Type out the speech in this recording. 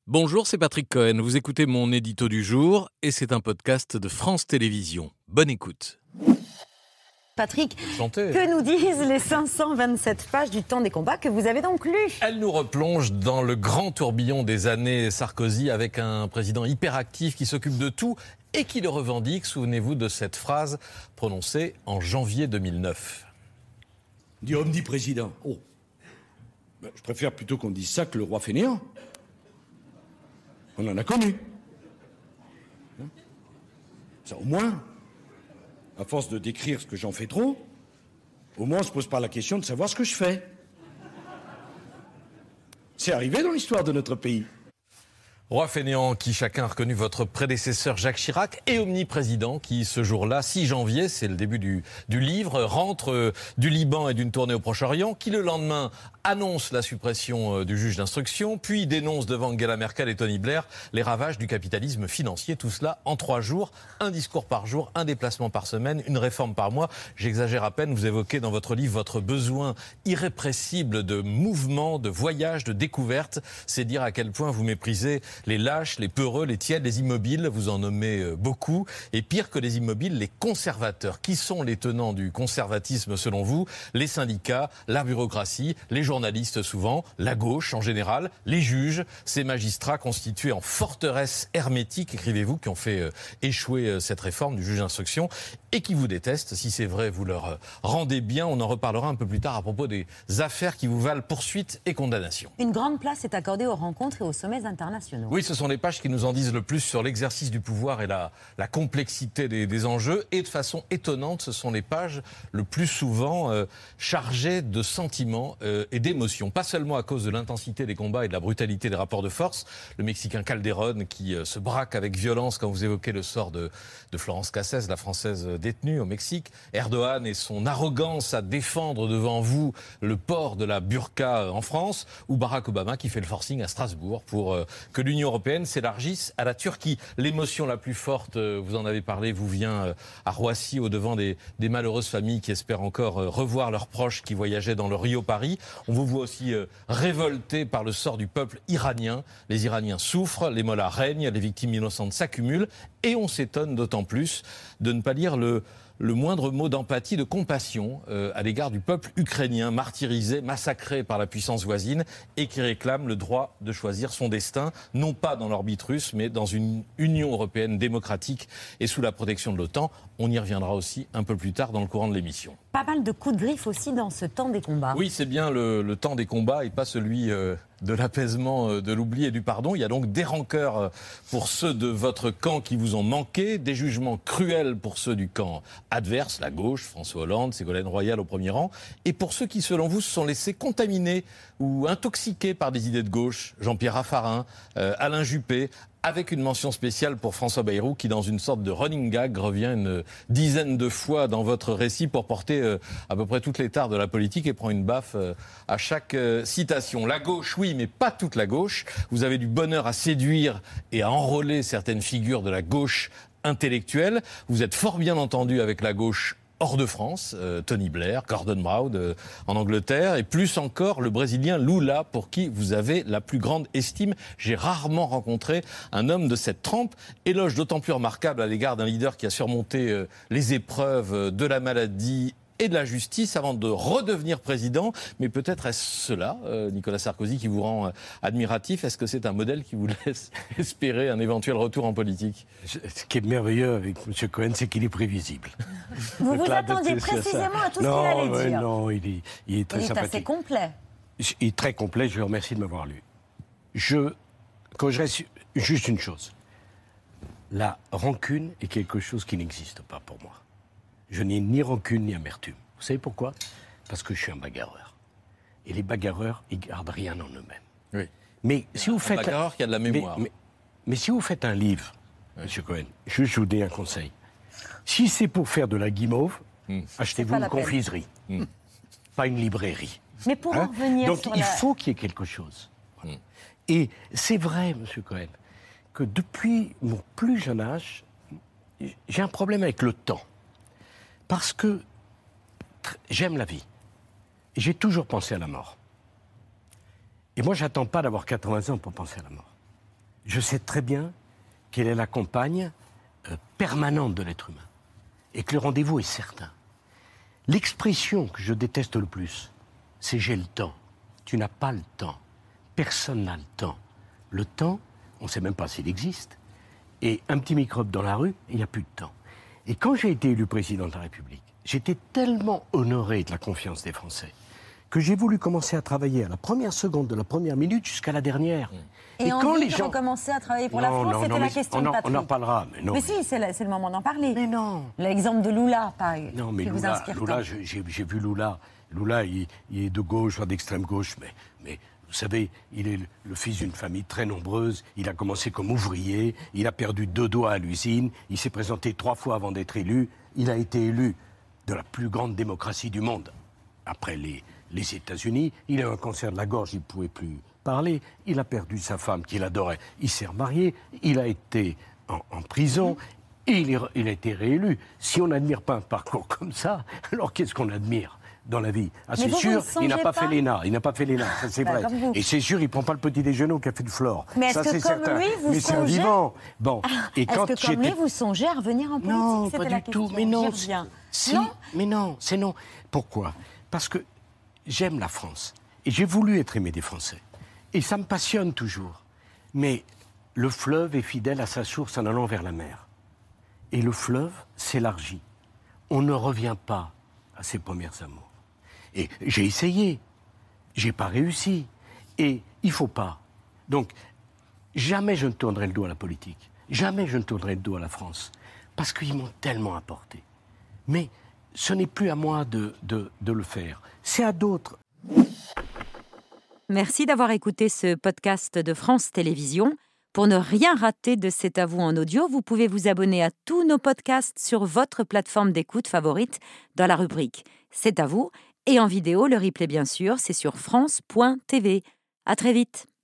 Bonjour, c'est Patrick Cohen. Vous écoutez mon édito du jour et c'est un podcast de France Télévisions. Bonne écoute. Patrick, que nous disent les 527 pages du temps des combats que vous avez donc lues? Elle nous replonge dans le grand tourbillon des années Sarkozy avec un président hyperactif qui s'occupe de tout et qui le revendique. Souvenez-vous de cette phrase prononcée en janvier 2009. On dit omniprésident. Oh, je préfère plutôt qu'on dise ça que le roi fainéant. On en a connu. Ça, au moins, à force de décrire ce que j'en fais trop, au moins on se pose pas la question de savoir ce que je fais. C'est arrivé dans l'histoire de notre pays. Roi fainéant qui chacun a reconnu votre prédécesseur Jacques Chirac et omniprésident qui ce jour-là, 6 janvier, c'est le début du livre, rentre du Liban et d'une tournée au Proche-Orient, qui le lendemain annonce la suppression du juge d'instruction, puis dénonce devant Angela Merkel et Tony Blair les ravages du capitalisme financier. Tout cela en 3 jours, un discours par jour, un déplacement par semaine, une réforme par mois. J'exagère à peine, vous évoquez dans votre livre votre besoin irrépressible de mouvement, de voyage, de découverte. C'est dire à quel point vous méprisez les lâches, les peureux, les tièdes, les immobiles, vous en nommez beaucoup. Et pire que les immobiles, les conservateurs. Qui sont les tenants du conservatisme selon vous? Les syndicats, la bureaucratie, les journalistes souvent, la gauche en général, les juges, ces magistrats constitués en forteresse hermétique, écrivez-vous, qui ont fait échouer cette réforme du juge d'instruction et qui vous détestent. Si c'est vrai, vous leur rendez bien. On en reparlera un peu plus tard à propos des affaires qui vous valent poursuite et condamnation. Une grande place est accordée aux rencontres et aux sommets internationaux. Oui, ce sont les pages qui nous en disent le plus sur l'exercice du pouvoir et la complexité des enjeux. Et de façon étonnante, ce sont les pages le plus souvent chargées de sentiments et d'émotions. Pas seulement à cause de l'intensité des combats et de la brutalité des rapports de force. Le Mexicain Calderón qui se braque avec violence quand vous évoquez le sort de Florence Cassés, la Française détenue au Mexique. Erdogan et son arrogance à défendre devant vous le port de la burqa en France. Ou Barack Obama qui fait le forcing à Strasbourg pour que l'Union européenne s'élargisse à la Turquie. L'émotion la plus forte, vous en avez parlé, vous vient à Roissy, au devant des malheureuses familles qui espèrent encore revoir leurs proches qui voyageaient dans le Rio-Paris. On vous voit aussi révolté par le sort du peuple iranien. Les Iraniens souffrent, les mollahs règnent, les victimes innocentes s'accumulent et on s'étonne d'autant plus de ne pas lire le moindre mot d'empathie, de compassion à l'égard du peuple ukrainien, martyrisé, massacré par la puissance voisine et qui réclame le droit de choisir son destin, non pas dans l'orbite russe, mais dans une Union européenne démocratique et sous la protection de l'OTAN. On y reviendra aussi un peu plus tard dans le courant de l'émission. Pas mal de coups de griffe aussi dans ce temps des combats. Oui, c'est bien le temps des combats et pas celui de l'apaisement, de l'oubli et du pardon. Il y a donc des rancœurs pour ceux de votre camp qui vous ont manqué, des jugements cruels pour ceux du camp adverse, la gauche, François Hollande, Ségolène Royal au premier rang, et pour ceux qui, selon vous, se sont laissés contaminer ou intoxiqués par des idées de gauche, Jean-Pierre Raffarin, Alain Juppé, avec une mention spéciale pour François Bayrou qui, dans une sorte de running gag, revient une dizaine de fois dans votre récit pour porter à peu près toutes les tares de la politique et prend une baffe à chaque citation. La gauche, oui, mais pas toute la gauche. Vous avez du bonheur à séduire et à enrôler certaines figures de la gauche intellectuelle. Vous êtes fort bien entendu avec la gauche hors de France, Tony Blair, Gordon Brown en Angleterre, et plus encore le Brésilien Lula, pour qui vous avez la plus grande estime. J'ai rarement rencontré un homme de cette trempe. Éloge d'autant plus remarquable à l'égard d'un leader qui a surmonté les épreuves de la maladie et de la justice avant de redevenir président. Mais peut-être est-ce cela, Nicolas Sarkozy, qui vous rend admiratif? Est-ce que c'est un modèle qui vous laisse espérer un éventuel retour en politique? Ce qui est merveilleux avec M. Cohen, c'est qu'il est prévisible. Vous vous attendiez précisément à tout ce qu'il allait dire. Non, il est très sympathique. Il est assez complet. Il est très complet, je vous remercie de m'avoir lu. Quand je reste juste une chose, la rancune est quelque chose qui n'existe pas pour moi. Je n'ai ni rancune ni amertume. Vous savez pourquoi? Parce que je suis un bagarreur. Et les bagarreurs, ils gardent rien en eux-mêmes. Oui. Mais si vous faites un bagarreur qui a de la mémoire. Mais si vous faites un livre, M. Cohen, je vous dis un conseil. Si c'est pour faire de la guimauve, achetez-vous une confiserie, pas une librairie. Mais pour en revenir Donc sur il faut qu'il y ait quelque chose. Et c'est vrai, M. Cohen, que depuis mon plus jeune âge, j'ai un problème avec le temps. Parce que j'aime la vie. Et j'ai toujours pensé à la mort. Et moi, j'attends pas d'avoir 80 ans pour penser à la mort. je sais très bien quelle est la compagne permanente de l'être humain. Et que le rendez-vous est certain. L'expression que je déteste le plus, c'est « j'ai le temps ». Tu n'as pas le temps. Personne n'a le temps. Le temps, on ne sait même pas s'il existe. Et un petit microbe dans la rue, il n'y a plus de temps. Et quand j'ai été élu président de la République, j'étais tellement honoré de la confiance des Français que j'ai voulu commencer à travailler à la première seconde de la première minute jusqu'à la dernière. Et quand les gens recommencer à travailler pour la France, c'était la question de Patrick. On en parlera. Mais si, c'est le moment d'en parler. Mais non. L'exemple de Lula, pareil. Non, mais Lula, j'ai vu Lula. Lula, il est de gauche, voire d'extrême gauche, mais vous savez, il est le fils d'une famille très nombreuse. Il a commencé comme ouvrier, il a perdu 2 doigts à l'usine, il s'est présenté 3 fois avant d'être élu. Il a été élu de la plus grande démocratie du monde. Après les États-Unis, il a eu un cancer de la gorge, il ne pouvait plus parler. Il a perdu sa femme qu'il adorait. Il s'est remarié, il a été en prison. Et il a été réélu. Si on n'admire pas un parcours comme ça, alors qu'est-ce qu'on admire dans la vie? C'est sûr, il n'a pas fait l'ENA. Il n'a pas fait l'ENA, ça c'est vrai. Et c'est sûr, il ne prend pas le petit déjeuner au café de Flore. Mais est-ce que comme lui, vous songez... c'est un vivant. Bon. Et est-ce que comme lui, vous songez à revenir en politique? Non, pas du tout. Mais non. Mais non, c'est non. Pourquoi? Parce que j'aime la France. Et j'ai voulu être aimé des Français. Et ça me passionne toujours. Mais le fleuve est fidèle à sa source en allant vers la mer. Et le fleuve s'élargit. On ne revient pas à ses premiers amours. Et j'ai essayé. J'ai pas réussi. Et il faut pas. Donc, jamais je ne tournerai le dos à la politique. Jamais je ne tournerai le dos à la France. Parce qu'ils m'ont tellement apporté. Mais ce n'est plus à moi de le faire. C'est à d'autres. Merci d'avoir écouté ce podcast de France Télévisions. Pour ne rien rater de C'est à vous en audio, vous pouvez vous abonner à tous nos podcasts sur votre plateforme d'écoute favorite dans la rubrique C'est à vous. Et en vidéo, le replay bien sûr, c'est sur France.tv. À très vite.